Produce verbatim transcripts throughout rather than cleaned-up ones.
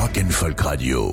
Rock and Folk Radio.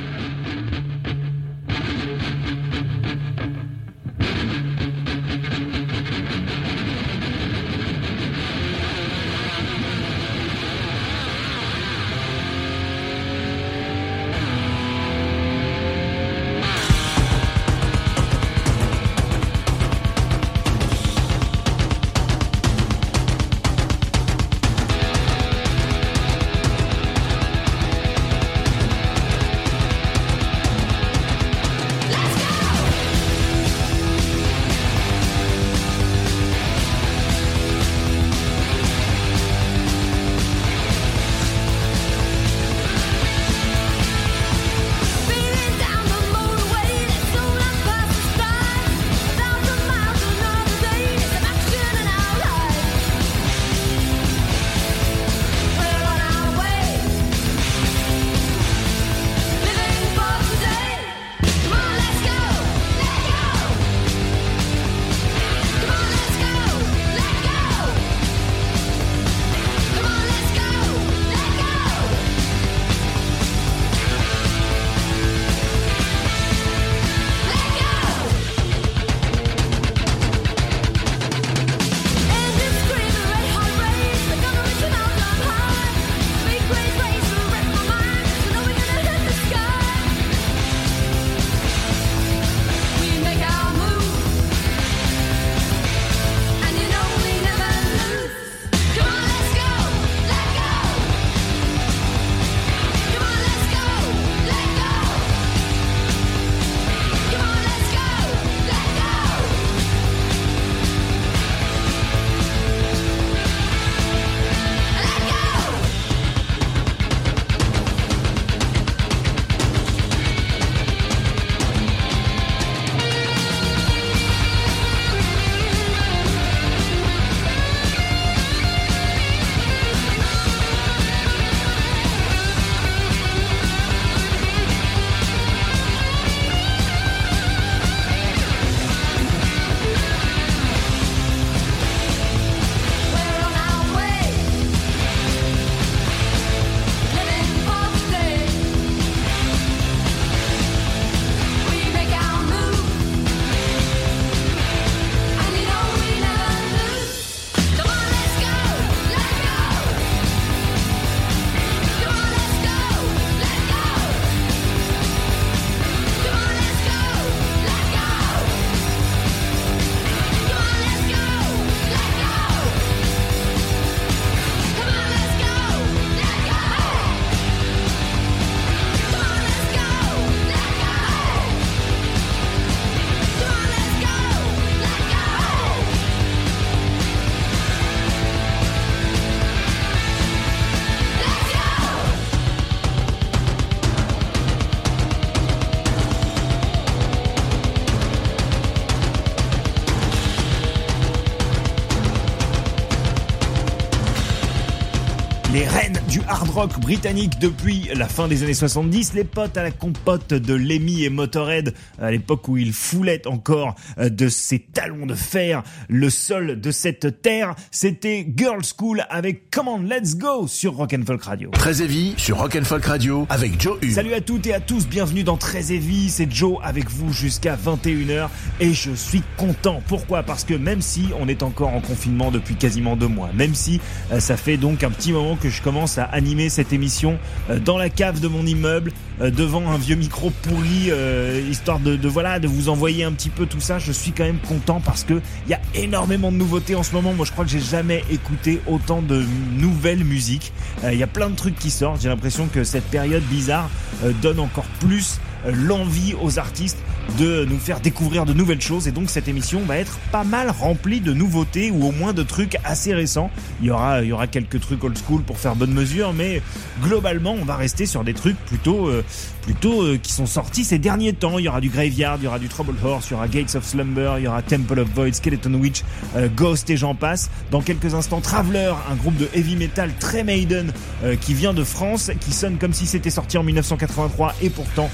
Les reines du hard rock britannique depuis la fin des années soixante-dix, les potes à la compote de Lemmy et Motorhead, à l'époque où ils foulaient encore de ces talons de fer le sol de cette terre, c'était Girls School avec Come On Let's Go sur Rock and Folk Radio. Très Heavy sur Rock and Folk Radio avec Joe U. Salut à toutes et à tous, bienvenue dans Très Heavy, c'est Joe avec vous jusqu'à vingt et une heures et je suis content. Pourquoi ? Parce que même si on est encore en confinement depuis quasiment deux mois, même si euh, ça fait donc un petit moment que je commence à animer cette émission euh, dans la cave de mon immeuble, euh, devant un vieux micro pourri, euh, histoire de, de voilà de vous envoyer un petit peu tout ça, je suis quand même content parce que il y a énormément de nouveautés en ce moment. Moi je crois que j'ai jamais écouté autant de nouvelles musiques. Il euh, y a plein de trucs qui sortent, j'ai l'impression que cette période bizarre euh, donne encore plus euh, l'envie aux artistes de nous faire découvrir de nouvelles choses, et donc cette émission va être pas mal remplie de nouveautés ou au moins de trucs assez récents. Il y aura, il y aura quelques trucs old school pour faire bonne mesure, mais globalement on va rester sur des trucs plutôt, euh, plutôt euh, qui sont sortis ces derniers temps. Il y aura du Graveyard, il y aura du Trouble Horse, il y aura Gates of Slumber, il y aura Temple of Void, Skeleton Witch, euh, Ghost et j'en passe. Dans quelques instants, Traveler, un groupe de heavy metal très Maiden euh, qui vient de France, qui sonne comme si c'était sorti en dix-neuf cent quatre-vingt-trois et pourtant euh,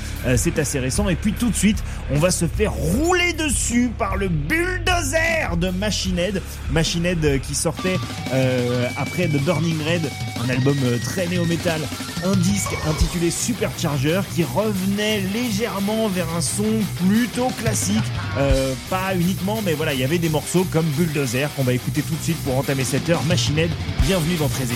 c'est assez récent. Et puis tout de suite, on va se faire rouler dessus par le bulldozer de Machine Head. Machine Head qui sortait euh, après The Burning Red, un album très néo-metal, un disque intitulé Supercharger qui revenait légèrement vers un son plutôt classique, euh, pas uniquement, mais voilà, il y avait des morceaux comme Bulldozer qu'on va écouter tout de suite pour entamer cette heure. Machine Head, bienvenue dans Très Évi.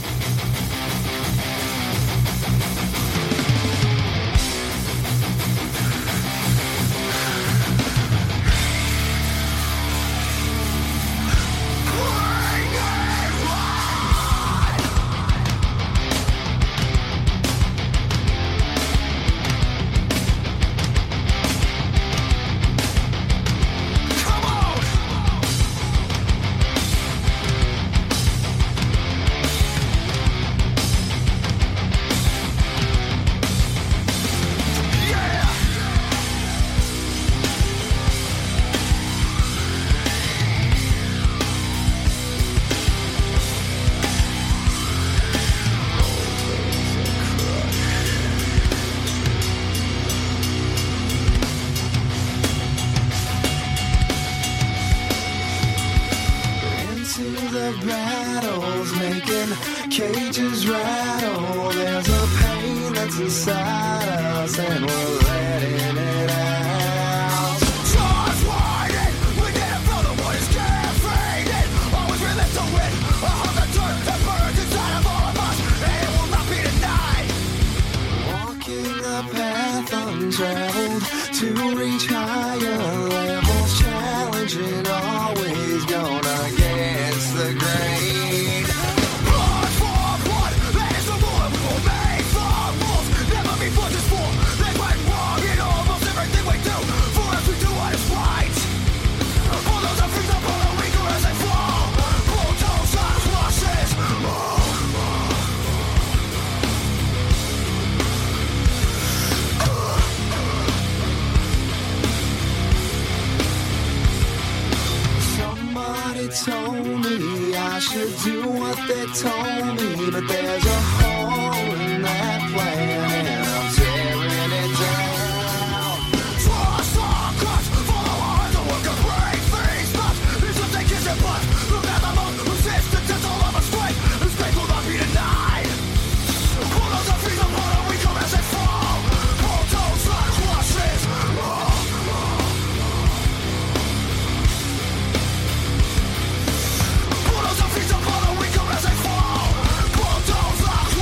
Cages rattle, there's a pain that's inside us and we're letting it out. Jaws widened, we can't feel the wood is faded. Always relive to win, a hunger dirt that burns inside of all of us, and it will not be denied. Walking the path untraveled to reach higher levels, challenging, always going against the grain. Told me I should do what they told me, but there's a hole in that plan and I'm tearing it down. Trust our cuts, follow our hearts, and work a break things nuts. It's what they kiss and bust. Look at the most resistance, it's all of our strength. This faith will not be denied. Pull those our feet apart and we come as they fall. Bulldoze like crushes. Oh. Feet up on the weaker as they fall. Bulldoze like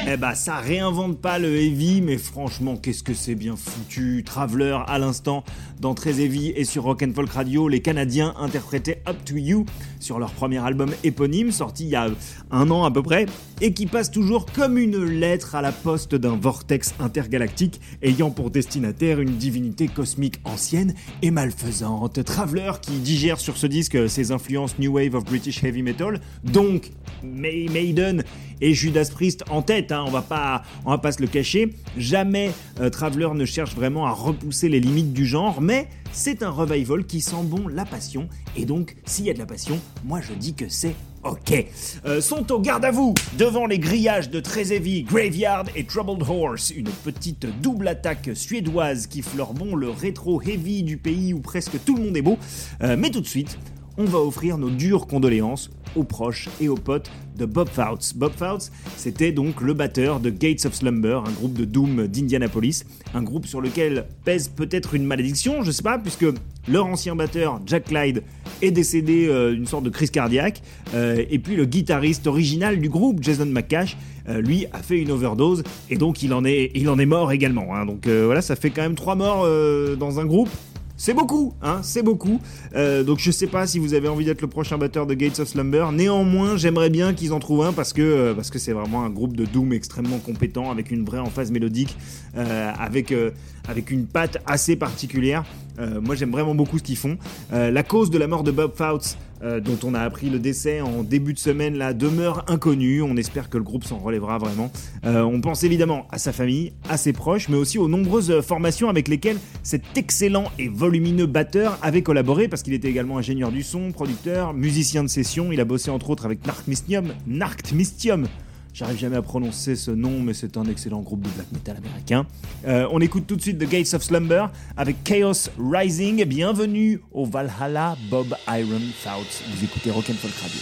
Eh bah ça réinvente pas le heavy, mais franchement qu'est-ce que c'est bien foutu. Traveler à l'instant dans Très Heavy et sur Rock and Folk Radio, les Canadiens interprétaient Up to You sur leur premier album éponyme sorti il y a un an à peu près et qui passe toujours comme une lettre à la poste d'un vortex intergalactique ayant pour destinataire une divinité cosmique ancienne et malfaisante. Traveler qui digère sur ce disque ses influences New Wave of British Heavy Metal, donc Maiden et Judas Priest en tête, hein, on va pas, on va pas se le cacher. Jamais euh, Traveler ne cherche vraiment à repousser les limites du genre, mais c'est un revival qui sent bon la passion, et donc s'il y a de la passion, moi je dis que c'est ok. Euh, sont au garde à vous devant les grillages de Très Heavy, Graveyard et Troubled Horse, une petite double attaque suédoise qui fleure bon le rétro heavy du pays où presque tout le monde est beau. Euh, mais tout de suite, on va offrir nos dures condoléances aux proches et aux potes de Bob Fouts. Bob Fouts, c'était donc le batteur de Gates of Slumber, un groupe de doom d'Indianapolis, un groupe sur lequel pèse peut-être une malédiction, je sais pas, puisque leur ancien batteur, Jack Clyde, est décédé euh, d'une sorte de crise cardiaque, euh, et puis le guitariste original du groupe, Jason McCash, euh, lui a fait une overdose, et donc il en est, il en est mort également, hein. Donc euh, voilà, ça fait quand même trois morts euh, dans un groupe. C'est beaucoup, hein, c'est beaucoup. Euh, donc je sais pas si vous avez envie d'être le prochain batteur de Gates of Slumber. Néanmoins, j'aimerais bien qu'ils en trouvent un parce que euh, parce que c'est vraiment un groupe de doom extrêmement compétent, avec une vraie emphase mélodique, euh, avec euh, avec une patte assez particulière. Euh, moi, j'aime vraiment beaucoup ce qu'ils font. Euh, la cause de la mort de Bob Fouts, euh, dont on a appris le décès en début de semaine, là, demeure inconnue. On espère que le groupe s'en relèvera vraiment. Euh, on pense évidemment à sa famille, à ses proches, mais aussi aux nombreuses formations avec lesquelles cet excellent et volumineux batteur avait collaboré, parce qu'il était également ingénieur du son, producteur, musicien de session. Il a bossé entre autres avec Narc Mystium. Narc Mystium. J'arrive jamais à prononcer ce nom, mais c'est un excellent groupe de black metal américain. Euh, on écoute tout de suite The Gates of Slumber avec Chaos Rising. Bienvenue au Valhalla, Bob Iron Fouts. Vous écoutez Rock and Folk Radio.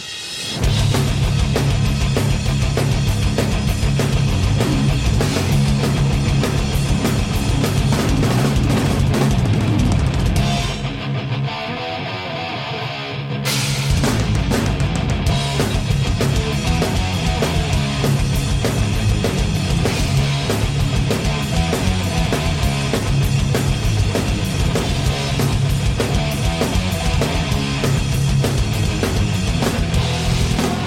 We'll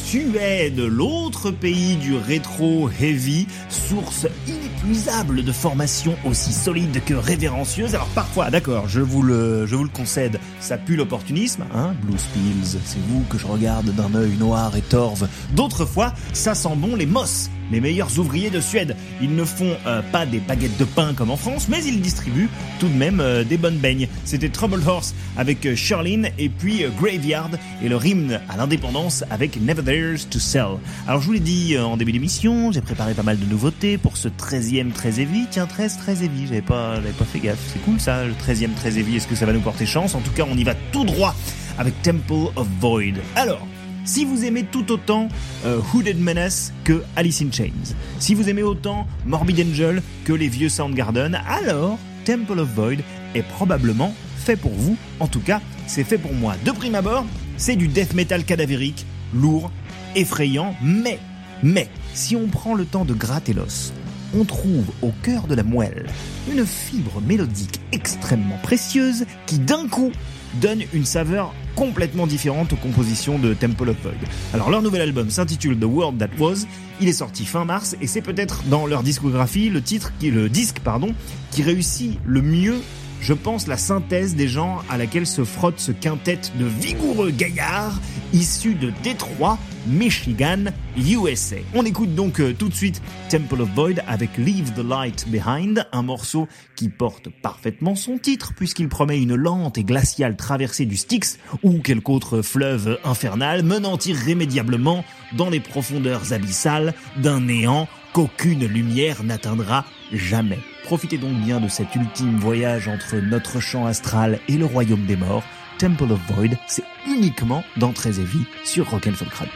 Suède, l'autre pays du rétro heavy, source inépuisable de formations aussi solides que révérencieuses. Alors parfois, d'accord, je vous le, je vous le concède, ça pue l'opportunisme, hein, Blue Spills, c'est vous que je regarde d'un œil noir et torve. D'autres fois, ça sent bon les Moss, les meilleurs ouvriers de Suède. Ils ne font euh, pas des baguettes de pain comme en France, mais ils distribuent tout de même euh, des bonnes beignes. C'était Troubled Horse avec euh, Sherlyn et puis euh, Graveyard et leur hymne à l'indépendance avec Never Theirs to Sell. Alors je vous l'ai dit euh, en début d'émission, j'ai préparé pas mal de nouveautés pour ce treizième très heavy. Tiens, treize très heavy, j'avais pas, j'avais pas fait gaffe. C'est cool ça, le treizième très heavy. Est-ce que ça va nous porter chance? En tout cas, on y va tout droit avec Temple of Void. Alors, si vous aimez tout autant euh, Hooded Menace que Alice in Chains, si vous aimez autant Morbid Angel que les vieux Soundgarden, alors Temple of Void est probablement fait pour vous. En tout cas, c'est fait pour moi. De prime abord, c'est du death metal cadavérique, lourd, effrayant, mais, mais, si on prend le temps de gratter l'os, on trouve au cœur de la moelle une fibre mélodique extrêmement précieuse qui d'un coup donne une saveur complètement différente aux compositions de Temple of Void. Alors leur nouvel album s'intitule The World That Was, il est sorti fin mars et c'est peut-être dans leur discographie le titre qui le disque pardon qui réussit le mieux, je pense, la synthèse des genres à laquelle se frotte ce quintet de vigoureux gaillards issus de Détroit, Michigan, U S A. On écoute donc euh, tout de suite Temple of Void avec Leave the Light Behind, un morceau qui porte parfaitement son titre puisqu'il promet une lente et glaciale traversée du Styx ou quelque autre fleuve infernal menant irrémédiablement dans les profondeurs abyssales d'un néant qu'aucune lumière n'atteindra jamais. Profitez donc bien de cet ultime voyage entre notre champ astral et le royaume des morts. Temple of Void, c'est uniquement dans Très Heavy sur Rock and Folk Radio.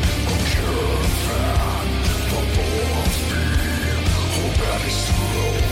Slow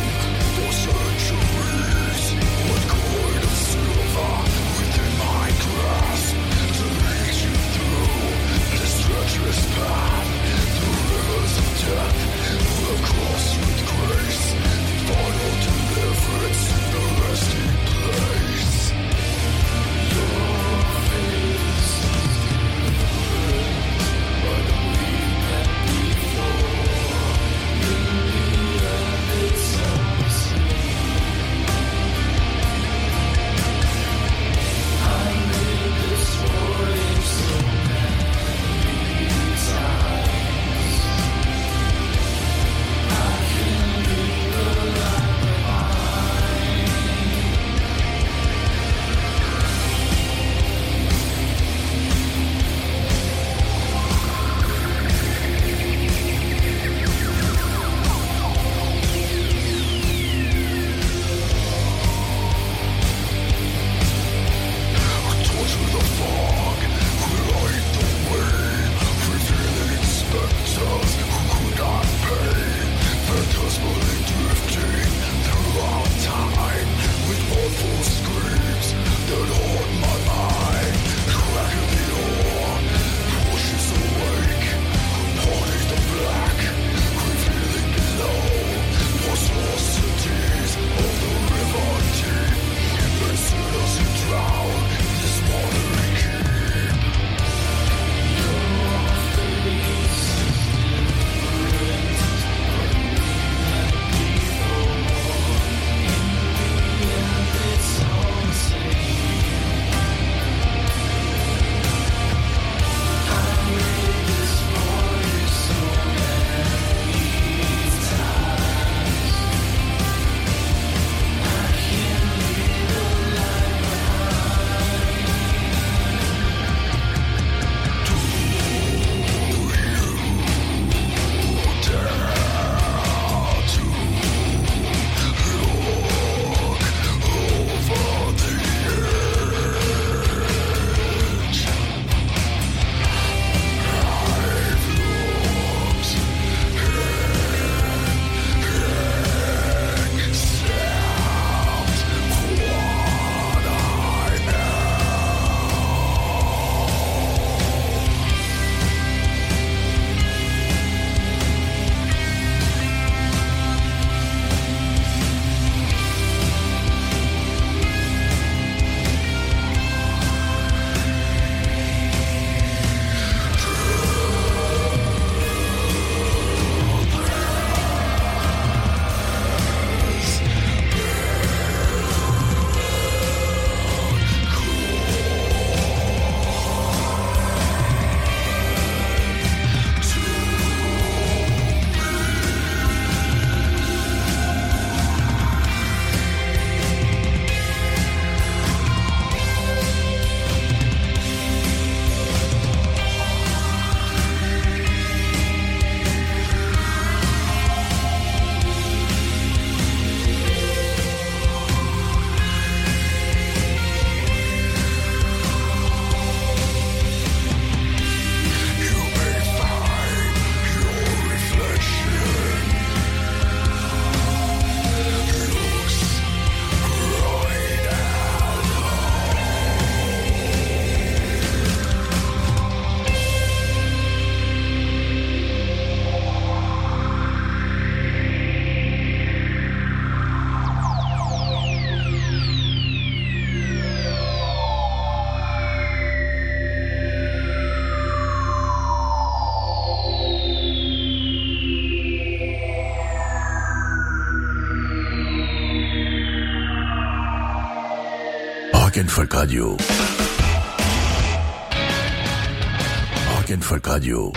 Rock'n'Folk Radio. Rock'n'Folk Radio.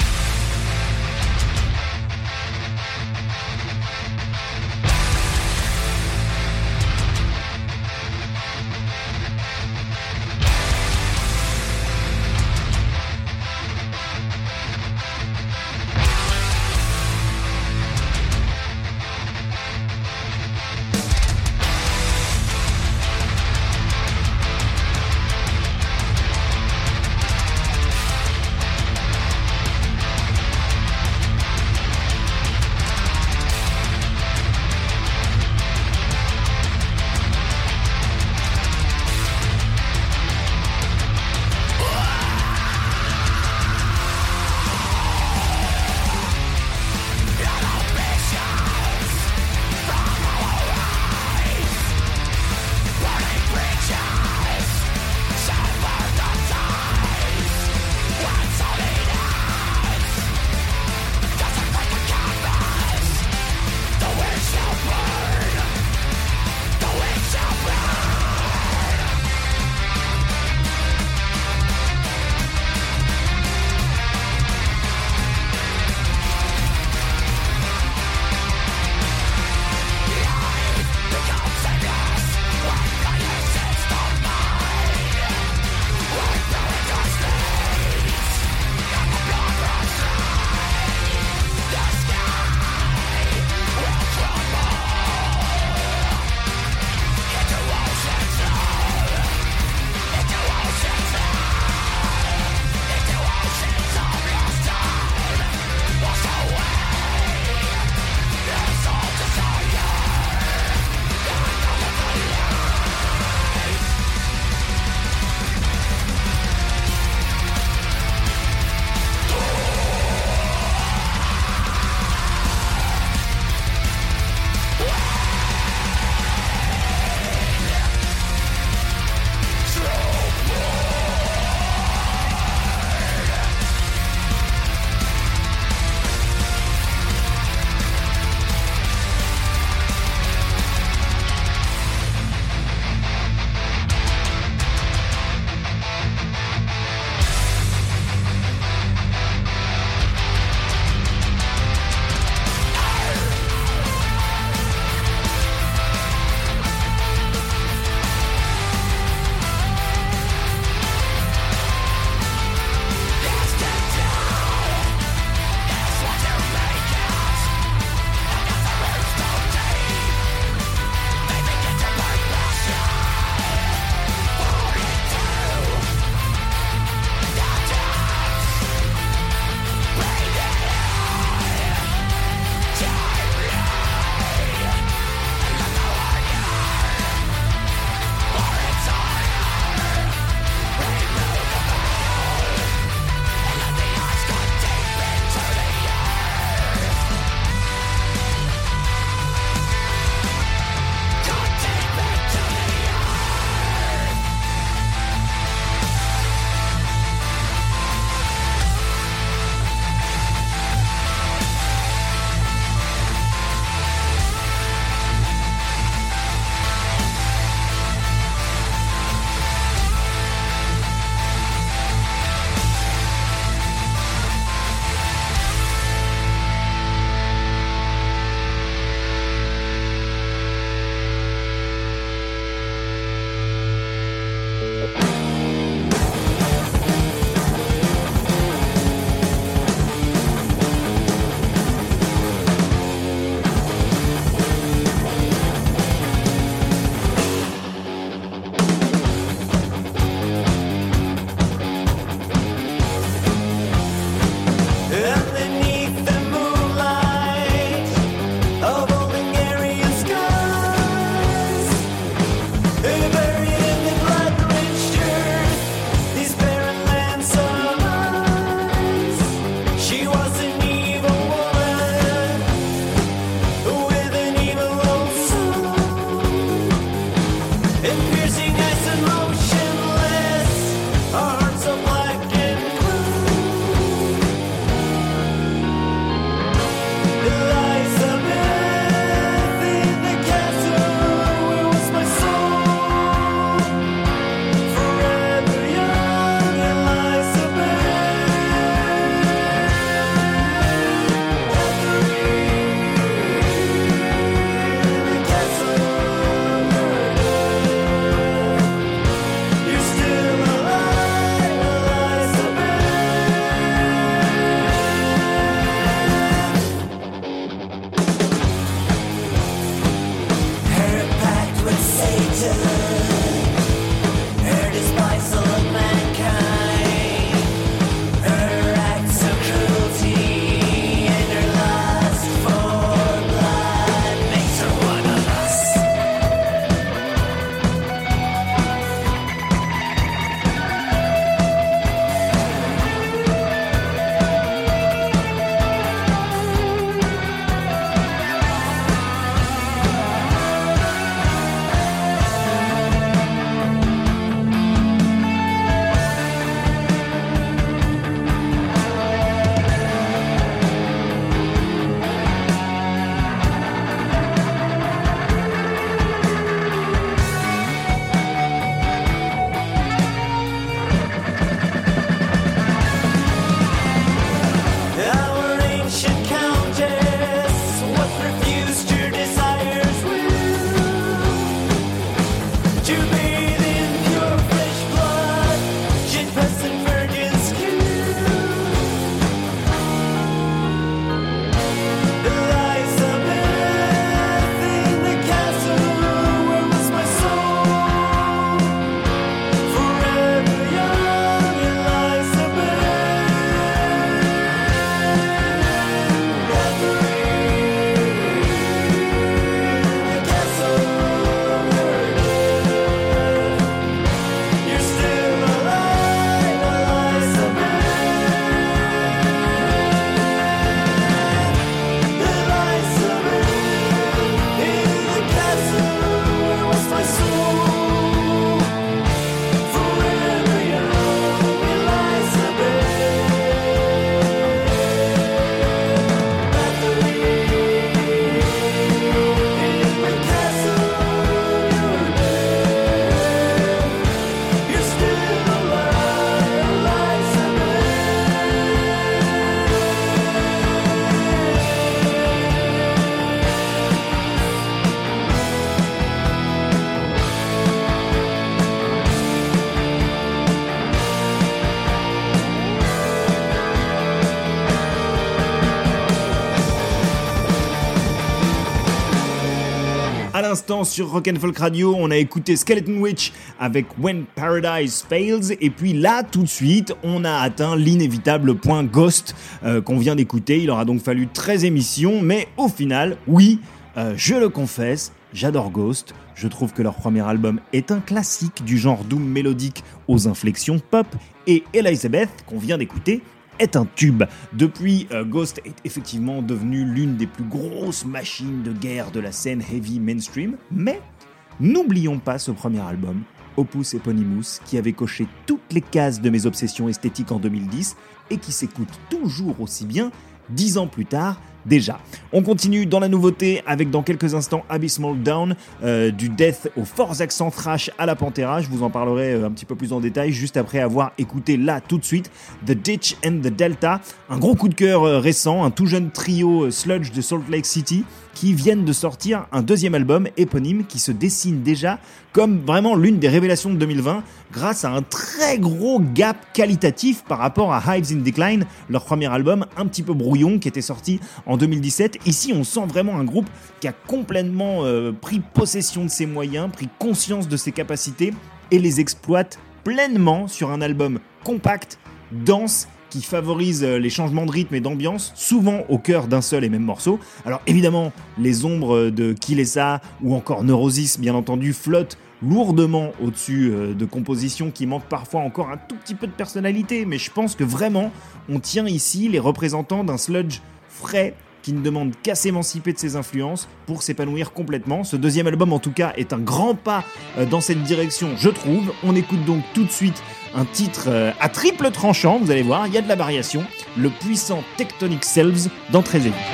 l'instant sur Rock and Folk Radio, on a écouté Skeleton Witch avec When Paradise Fails, et puis là tout de suite on a atteint l'inévitable point Ghost euh, qu'on vient d'écouter. Il aura donc fallu treize émissions, mais au final, oui, euh, je le confesse, j'adore Ghost. Je trouve que leur premier album est un classique du genre doom mélodique aux inflexions pop, et Elizabeth qu'on vient d'écouter est un tube. Depuis, euh, Ghost est effectivement devenu l'une des plus grosses machines de guerre de la scène heavy mainstream, mais n'oublions pas ce premier album, Opus Eponymous, qui avait coché toutes les cases de mes obsessions esthétiques en deux mille dix et qui s'écoute toujours aussi bien dix ans plus tard déjà. On continue dans la nouveauté avec dans quelques instants Abysmal Down, euh, du death aux forts accents thrash à la Pantera. Je vous en parlerai euh, un petit peu plus en détail juste après avoir écouté là tout de suite The Ditch and the Delta, un gros coup de cœur euh, récent, un tout jeune trio euh, sludge de Salt Lake City qui viennent de sortir un deuxième album éponyme qui se dessine déjà comme vraiment l'une des révélations de deux mille vingt grâce à un très gros gap qualitatif par rapport à Hives in Decline, leur premier album un petit peu brouillon qui était sorti en deux mille dix-sept. Ici on sent vraiment un groupe qui a complètement euh, pris possession de ses moyens, pris conscience de ses capacités et les exploite pleinement sur un album compact, dense, qui favorise les changements de rythme et d'ambiance, souvent au cœur d'un seul et même morceau. Alors évidemment, les ombres de Kilesa ou encore Neurosis, bien entendu, flottent lourdement au-dessus de compositions qui manquent parfois encore un tout petit peu de personnalité, mais je pense que vraiment, on tient ici les représentants d'un sludge frais, qui ne demande qu'à s'émanciper de ses influences pour s'épanouir complètement. Ce deuxième album, en tout cas, est un grand pas dans cette direction, je trouve. On écoute donc tout de suite un titre à triple tranchant, vous allez voir, il y a de la variation. Le puissant Tectonic Selves dans Très Aigu.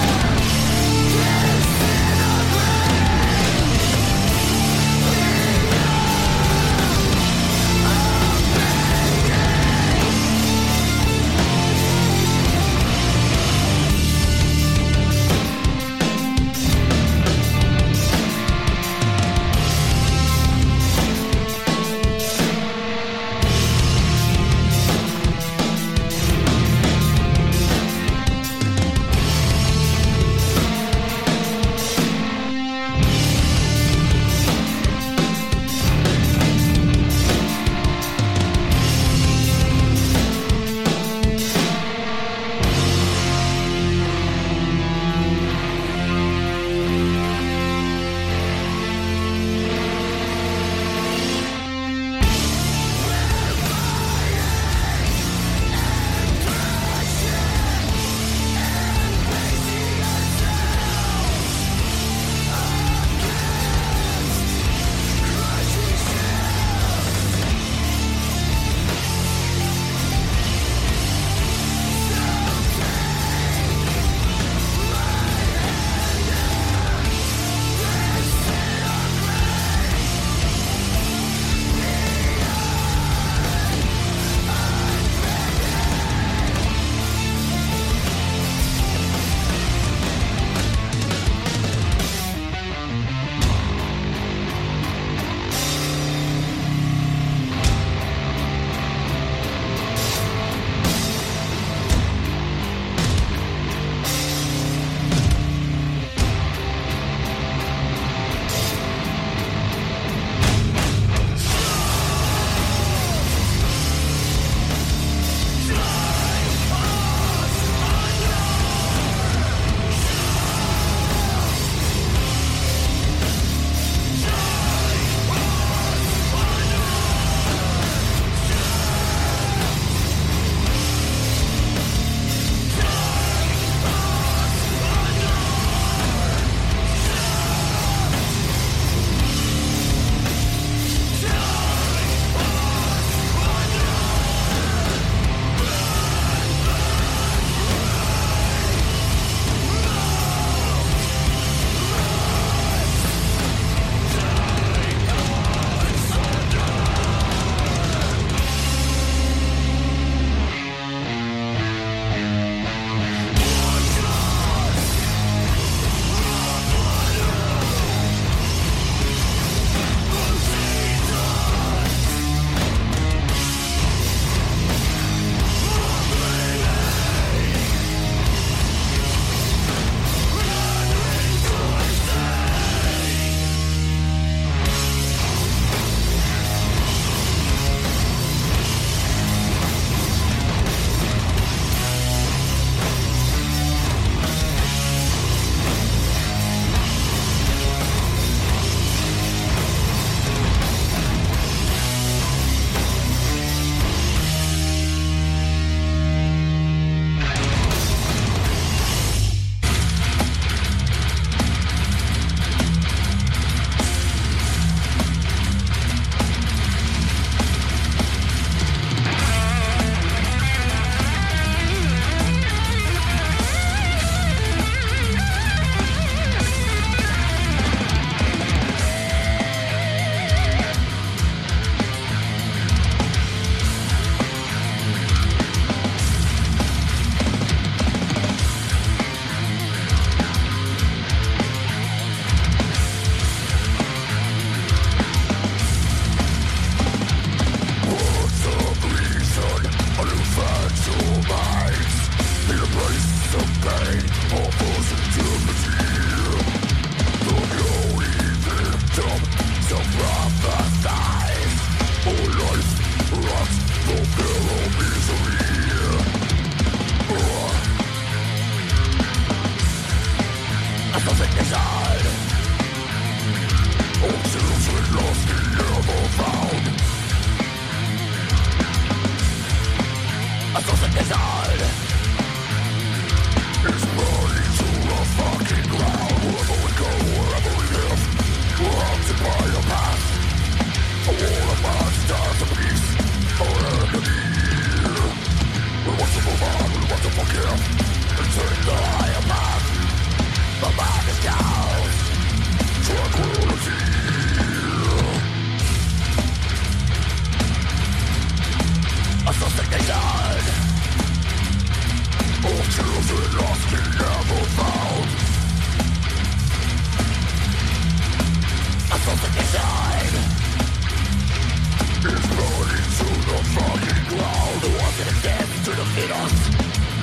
We'll be right back.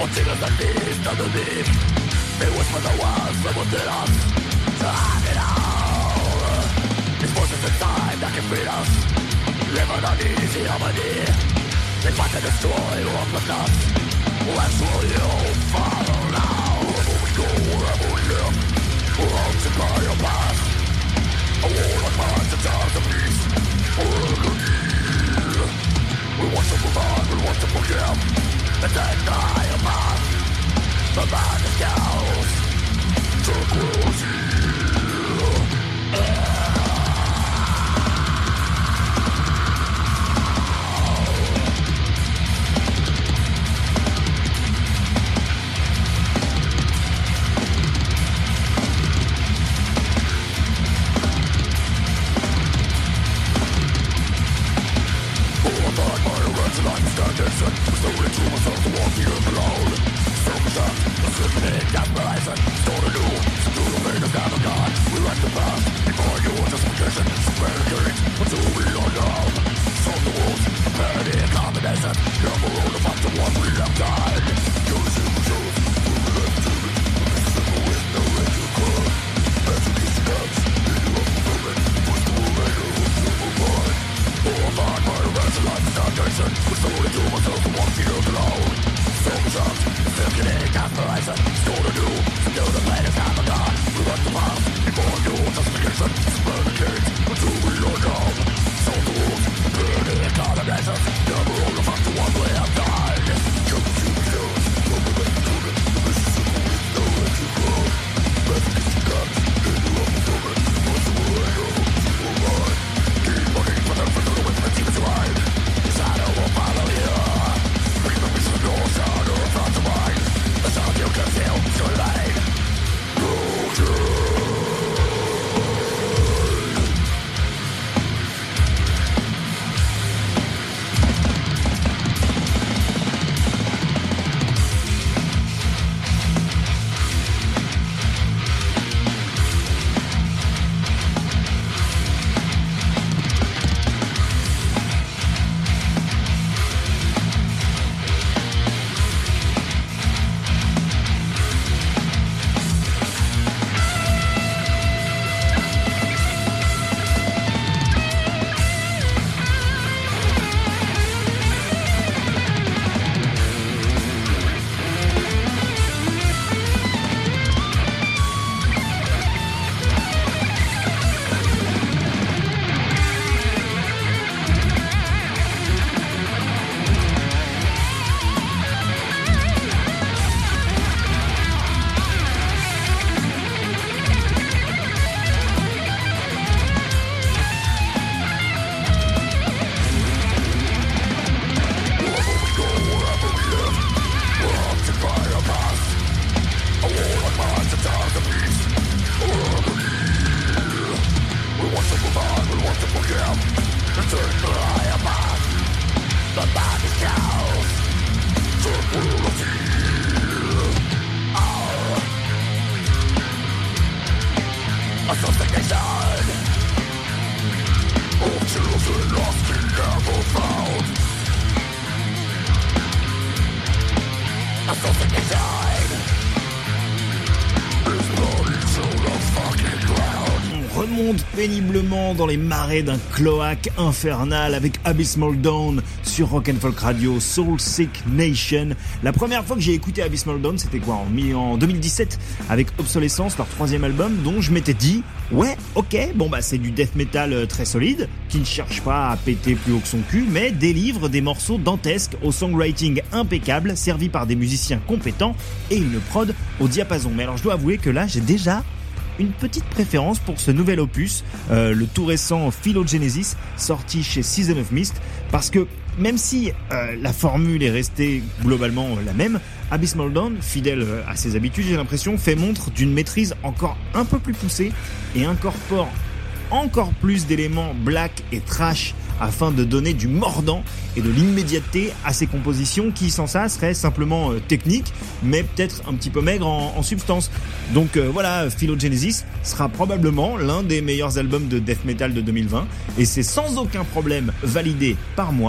remonte péniblement dans les marais d'un cloaque infernal avec Abysmal Dawn sur Rock and Folk Radio, Soul Sick Nation. La première fois que j'ai écouté Abysmal Dawn, c'était quoi, en, en deux mille dix-sept, avec Obsolescence, leur troisième album, dont je m'étais dit, ouais, ok, bon bah c'est du death metal très solide, qui ne cherche pas à péter plus haut que son cul, mais délivre des morceaux dantesques au songwriting impeccable, servis par des musiciens compétents et une prod au diapason. Mais alors je dois avouer que là, j'ai déjà une petite préférence pour ce nouvel opus, euh, le tout récent Phylogenesis, sorti chez Season of Mist, parce que même si euh, la formule est restée globalement la même, Abysmal Dawn, fidèle à ses habitudes, j'ai l'impression, fait montre d'une maîtrise encore un peu plus poussée et incorpore encore plus d'éléments black et trash afin de donner du mordant et de l'immédiateté à ces compositions qui sans ça seraient simplement euh, techniques mais peut-être un petit peu maigres en, en substance. Donc euh, voilà, Phylogenesis sera probablement l'un des meilleurs albums de death metal de deux mille vingt et c'est sans aucun problème validé par moi.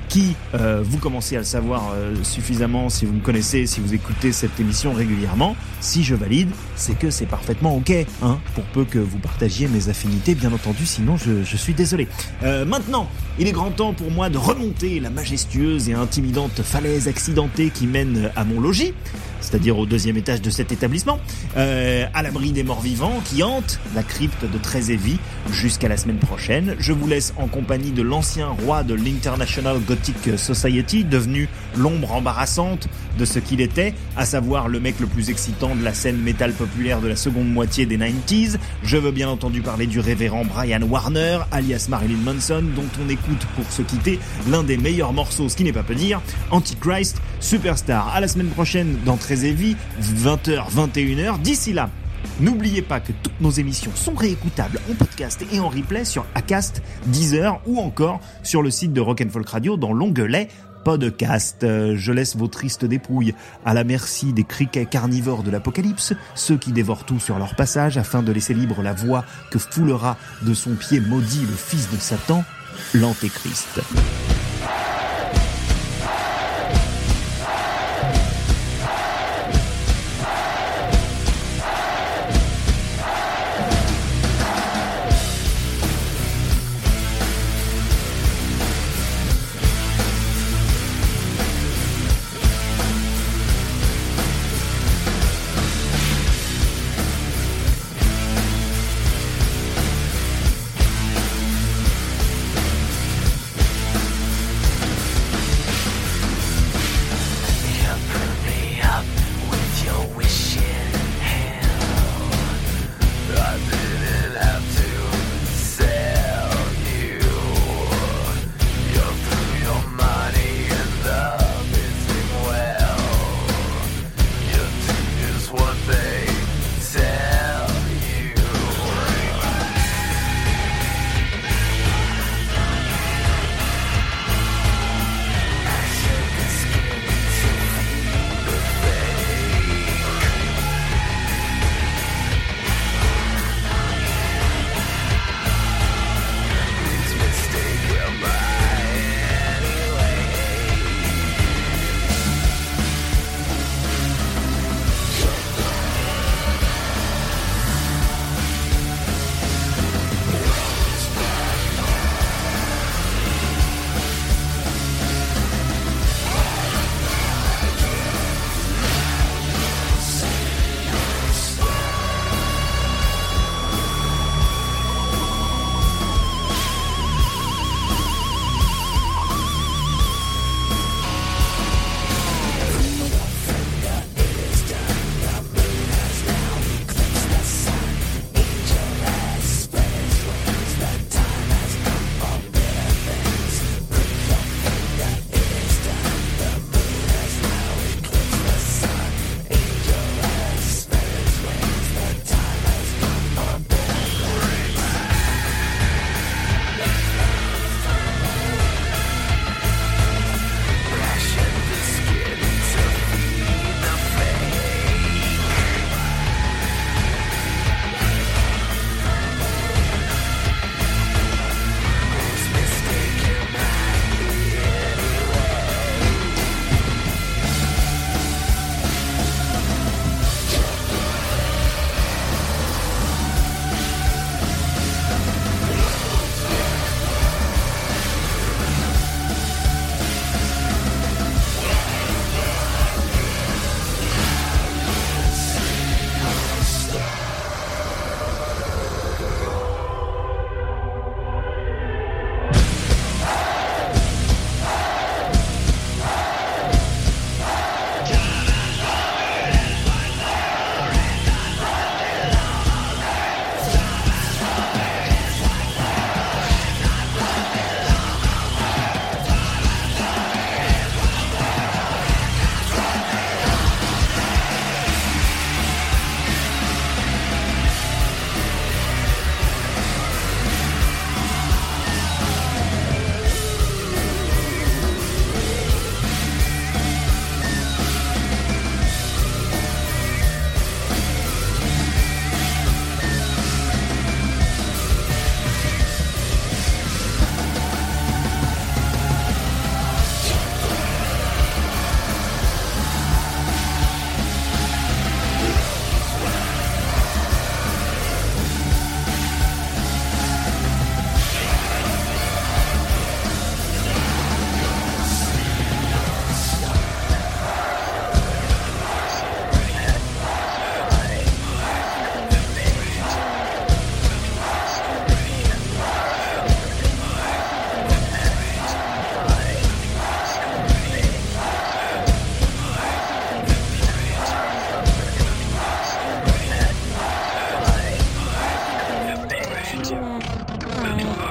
qui, euh, vous commencez à le savoir euh, suffisamment si vous me connaissez, si vous écoutez cette émission régulièrement, si je valide, c'est que c'est parfaitement ok, hein, pour peu que vous partagiez mes affinités, bien entendu, sinon je, je suis désolé. Euh, maintenant, il est grand temps pour moi de remonter la majestueuse et intimidante falaise accidentée qui mène à mon logis, c'est-à-dire au deuxième étage de cet établissement, euh, à l'abri des morts vivants qui hantent la crypte de Trésévy jusqu'à la semaine prochaine. Je vous laisse en compagnie de l'ancien roi de l'International Gothic Society, devenu l'ombre embarrassante de ce qu'il était, à savoir le mec le plus excitant de la scène métal populaire de la seconde moitié des quatre-vingt-dix. Je veux bien entendu parler du révérend Brian Warner, alias Marilyn Manson, dont on écoute pour se quitter l'un des meilleurs morceaux, ce qui n'est pas peu dire, Antichrist Superstar. À la semaine prochaine dans Trésévy, vingt heures, vingt et une heures. D'ici là, n'oubliez pas que toutes nos émissions sont réécoutables en podcast et en replay sur Acast, Deezer ou encore sur le site de Rock and Folk Radio dans l'onglet podcast. Je laisse vos tristes dépouilles à la merci des criquets carnivores de l'apocalypse, ceux qui dévorent tout sur leur passage afin de laisser libre la voie que foulera de son pied maudit le fils de Satan, l'Antéchrist.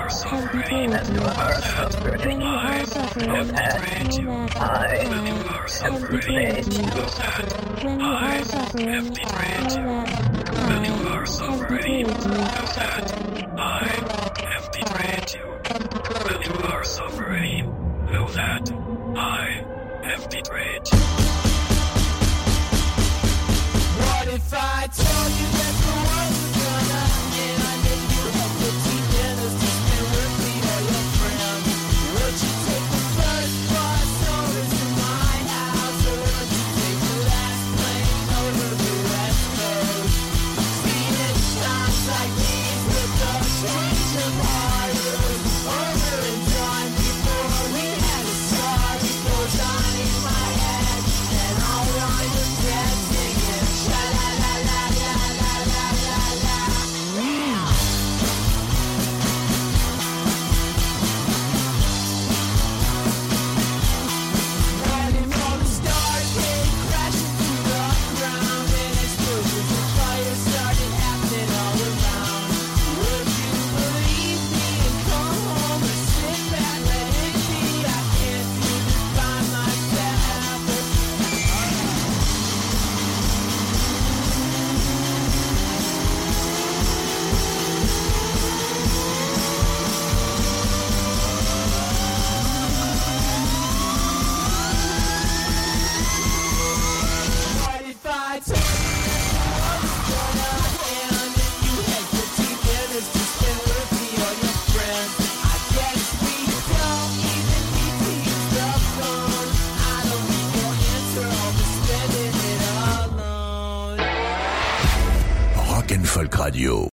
are suffering, and you are suffering, I empty you. I, when you are suffering, know that. I empty you. When you are suffering, know that. I empty you. When you are suffering, know that. I empty you. What if I told you that the world was gonna end and if you had fifteen minutes to spend with me or your friend? Would you take the first bus over to my house or would you take the last plane over the West Coast? Phoenix times like these with the change of heart over and done before we had a start. It goes on in my head and I'll run to death singing sha la la la la la la la la. Running from the stars came crashing through the ground and explosions of fire started happening all around. Would you believe me and come home or sit back, let it be? I can't do this by myself. What if I told you that the world was gonna end if you had fifteen minutes to spend with me or your friends? I guess we don't even need to use the phone. I don't need your answer, I'll be spending it alone. Rock and Folk Radio.